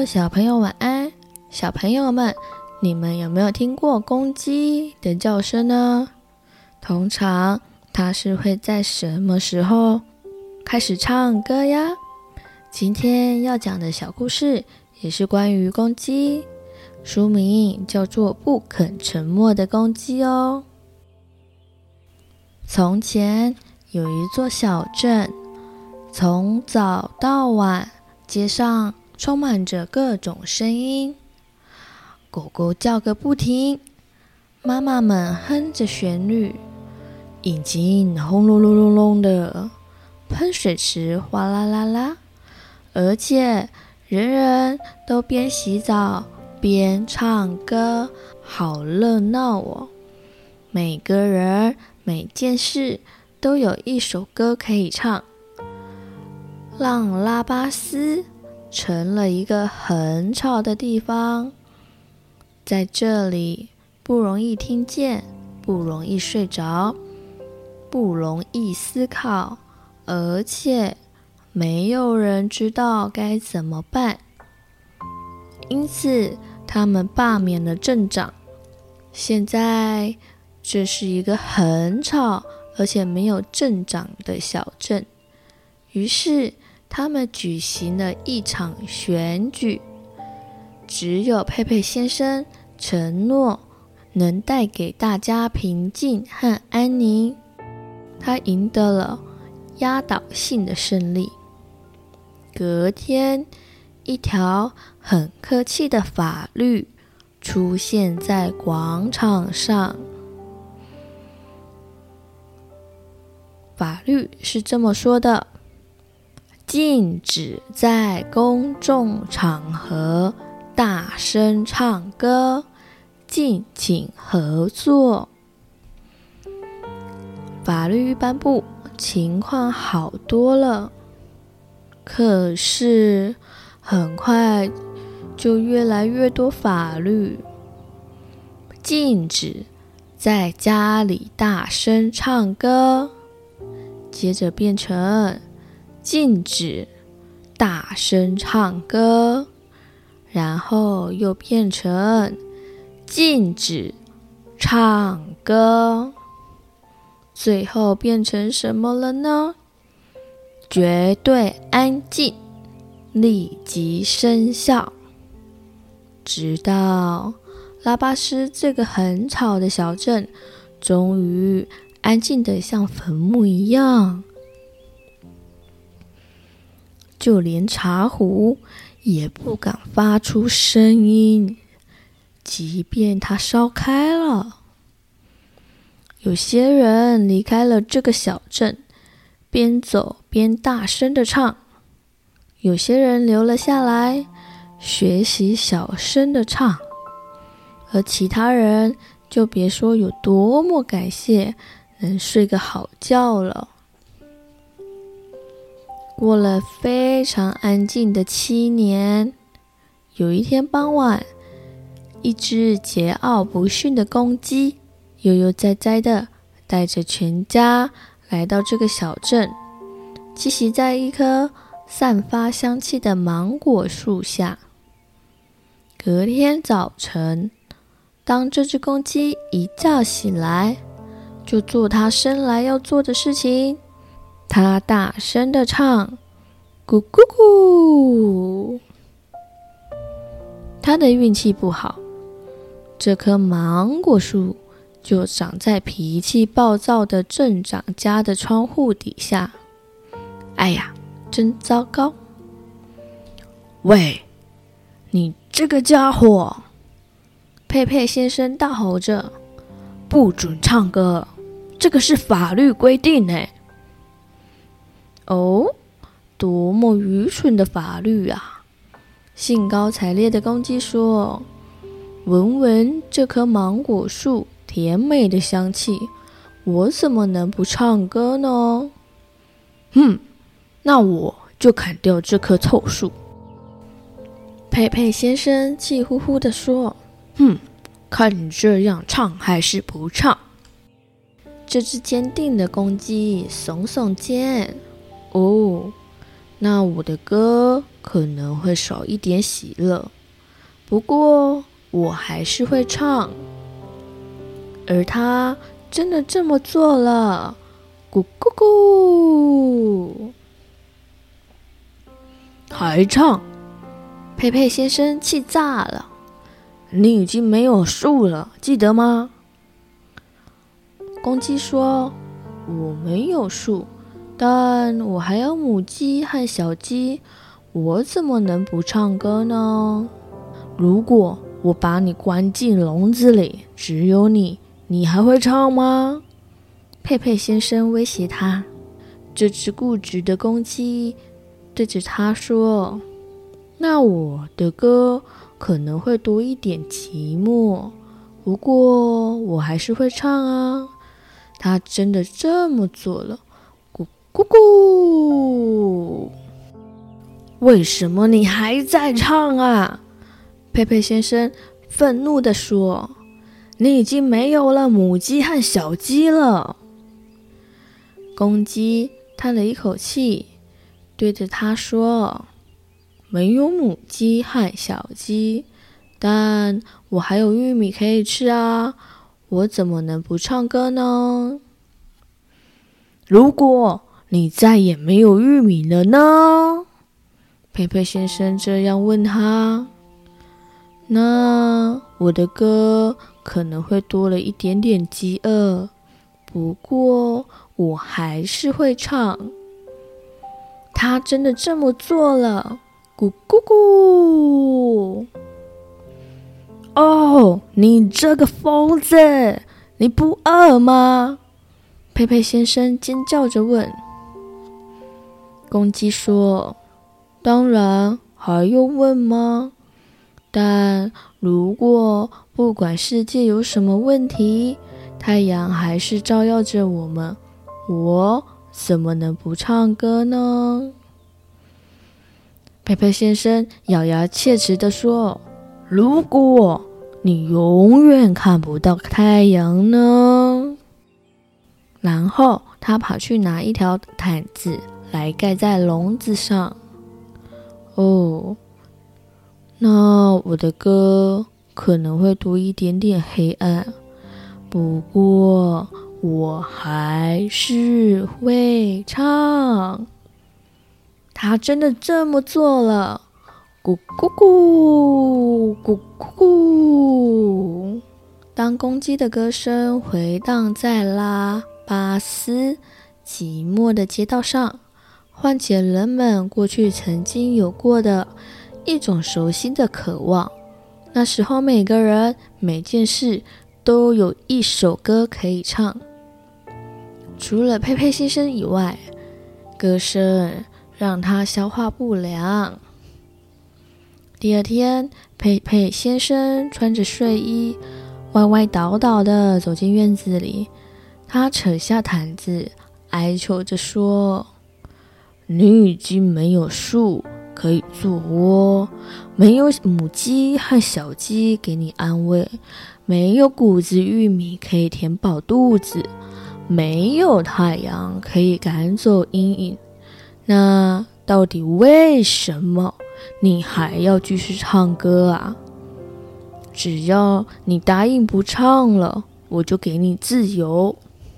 小朋友晚安。小朋友们，你们有没有听过公鸡的叫声呢？通常它是会在什么时候开始唱歌呀？今天要讲的小故事也是关于公鸡，书名叫做《不肯沉默的公鸡》哦。从前有一座小镇，从早到晚，街上充满着各种声音，狗狗叫个不停，妈妈们哼着旋律，引擎轰隆隆隆隆的，喷水池哗啦啦啦，而且人人都边洗澡边唱歌，好热闹哦！每个人每件事都有一首歌可以唱，让拉巴斯成了一个很吵的地方。在这里不容易听见，不容易睡着，不容易思考，而且没有人知道该怎么办。因此他们罢免了镇长。现在这是一个很吵而且没有镇长的小镇，于是他们举行了一场选举。只有佩佩先生承诺能带给大家平静和安宁，他赢得了压倒性的胜利。隔天，一条很客气的法律出现在广场上。法律是这么说的：禁止在公众场合大声唱歌，敬请合作。法律颁布，情况好多了，可是很快就越来越多法律。禁止在家里大声唱歌，接着变成禁止大声唱歌，然后又变成禁止唱歌，最后变成什么了呢？绝对安静，立即生效。直到拉巴斯这个很吵的小镇终于安静得像坟墓一样，就连茶壶也不敢发出声音，即便它烧开了。有些人离开了这个小镇，边走边大声地唱；有些人留了下来，学习小声地唱；而其他人就别说有多么感谢能睡个好觉了。过了非常安静的7年，有一天傍晚，一只桀骜不驯的公鸡悠悠哉哉地带着全家来到这个小镇，栖息在一棵散发香气的芒果树下。隔天早晨，当这只公鸡一觉醒来，就做它生来要做的事情。它大声地唱咕咕咕。它的运气不好，这棵芒果树就长在脾气暴躁的镇长家的窗户底下。哎呀，真糟糕！喂，你这个家伙！佩佩先生大吼着，不准唱歌，这个是法律规定呢。哦，多么愚蠢的法律啊！兴高采烈的公鸡说，闻闻这棵芒果树甜美的香气，我怎么能不唱歌呢？那我就砍掉这棵臭树。佩佩先生气呼呼地说，看你这样，唱还是不唱？这只坚定的公鸡耸耸肩， 那我的歌可能会少一点喜乐，不过我还是会唱。而他真的这么做了，咕咕咕！还唱？佩佩先生气炸了。你已经没有树了，记得吗？公鸡说，我没有树，但我还有母鸡和小鸡，我怎么能不唱歌呢？如果我把你关进笼子里，只有你，你还会唱吗？佩佩先生威胁他。这只固执的公鸡对着他说，那我的歌可能会多一点寂寞，不过我还是会唱啊。他真的这么做了，咕咕咕！为什么你还在唱啊？佩佩先生愤怒地说，你已经没有了母鸡和小鸡了。公鸡叹了一口气，对着他说，没有母鸡和小鸡，但我还有玉米可以吃啊，我怎么能不唱歌呢？如果你再也没有玉米了呢？佩佩先生这样问他。那我的歌可能会多了一点点饥饿，不过我还是会唱。他真的这么做了，咕咕咕！哦，你这个疯子，你不饿吗？佩佩先生尖叫着问。公鸡说，当然，还用问吗？但如果不管世界有什么问题，太阳还是照耀着我们，我怎么能不唱歌呢？佩佩先生咬牙切齿地说，如果你永远看不到太阳呢？然后他跑去拿一条毯子来盖在笼子上。哦，那我的歌可能会多一点点黑暗，不过我还是会唱。他真的这么做了，咕咕咕，咕咕咕。当公鸡的歌声回荡在拉巴斯寂寞的街道上，唤起了人们过去曾经有过的一种熟悉的渴望。那时候每个人每件事都有一首歌可以唱，除了佩佩先生以外，歌声让他消化不良。第二天，佩佩先生穿着睡衣歪歪倒倒地走进院子里，他扯下毯子哀求着说，你已经没有树可以做窝，没有母鸡和小鸡给你安慰，没有谷子玉米可以填饱肚子，没有太阳可以赶走阴影，那到底为什么你还要继续唱歌啊？只要你答应不唱了，我就给你自由。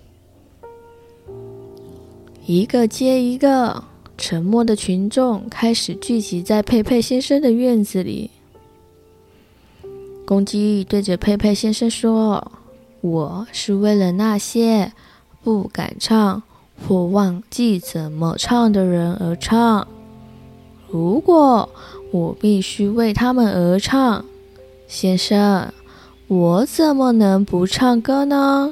一个接一个沉默的群众开始聚集在佩佩先生的院子里。公鸡对着佩佩先生说，我是为了那些不敢唱或忘记怎么唱的人而唱。如果我必须为他们而唱，先生，我怎么能不唱歌呢？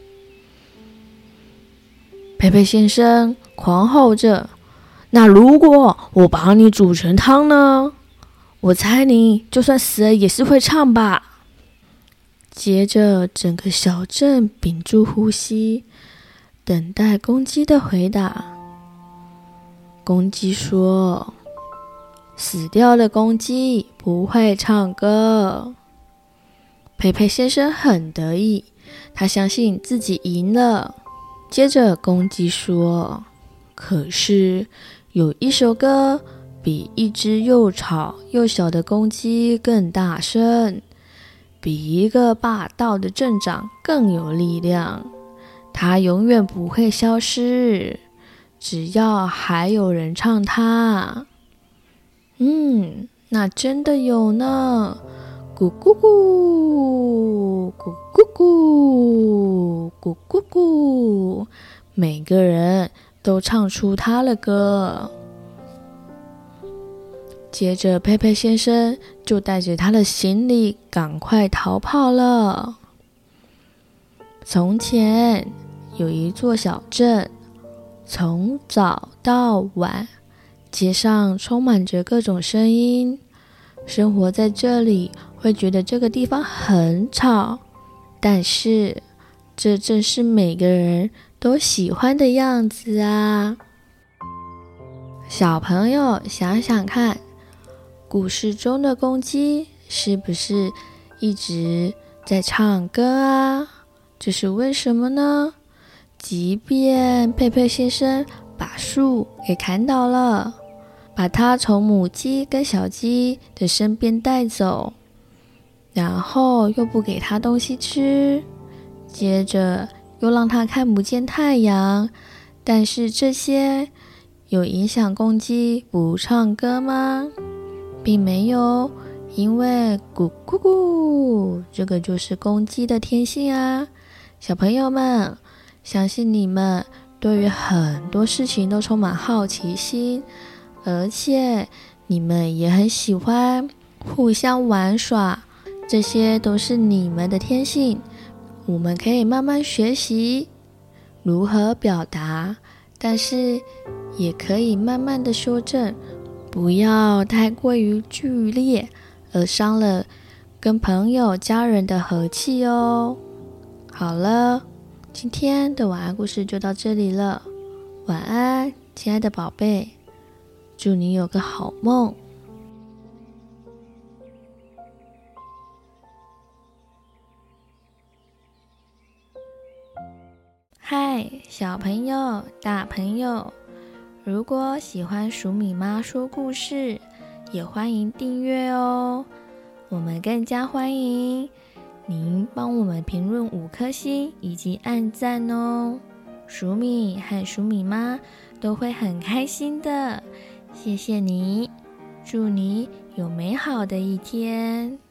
佩佩先生狂吼着，那如果我把你煮成汤呢？我猜你就算死了也是会唱吧。接着整个小镇屏住呼吸，等待公鸡的回答。公鸡说，死掉的公鸡不会唱歌。佩佩先生很得意，他相信自己赢了。接着公鸡说，可是有一首歌比一只又吵又小的公鸡更大声，比一个霸道的镇长更有力量。它永远不会消失，只要还有人唱它。那真的有呢，咕咕咕，咕咕咕，咕咕咕，每个人都唱出他的歌。接着佩佩先生就带着他的行李赶快逃跑了。从前有一座小镇，从早到晚，街上充满着各种声音。生活在这里会觉得这个地方很吵，但是这正是每个人都喜欢的样子啊。小朋友想想看，故事中的公鸡是不是一直在唱歌啊？这是为什么呢？即便佩佩先生把树给砍倒了，把它从母鸡跟小鸡的身边带走，然后又不给它东西吃，接着又让它看不见太阳，但是这些有影响公鸡不唱歌吗？并没有，因为咕咕咕，这个就是公鸡的天性啊。小朋友们，相信你们对于很多事情都充满好奇心，而且你们也很喜欢互相玩耍，这些都是你们的天性。我们可以慢慢学习如何表达，但是也可以慢慢的修正，不要太过于剧烈，而伤了跟朋友家人的和气哦。好了，今天的晚安故事就到这里了，晚安，亲爱的宝贝，祝你有个好梦。嗨，小朋友、大朋友，如果喜欢黍米妈说故事，也欢迎订阅哦。我们更加欢迎您帮我们评论5颗星以及按赞哦，黍米和黍米妈都会很开心的。谢谢你，祝你有美好的一天。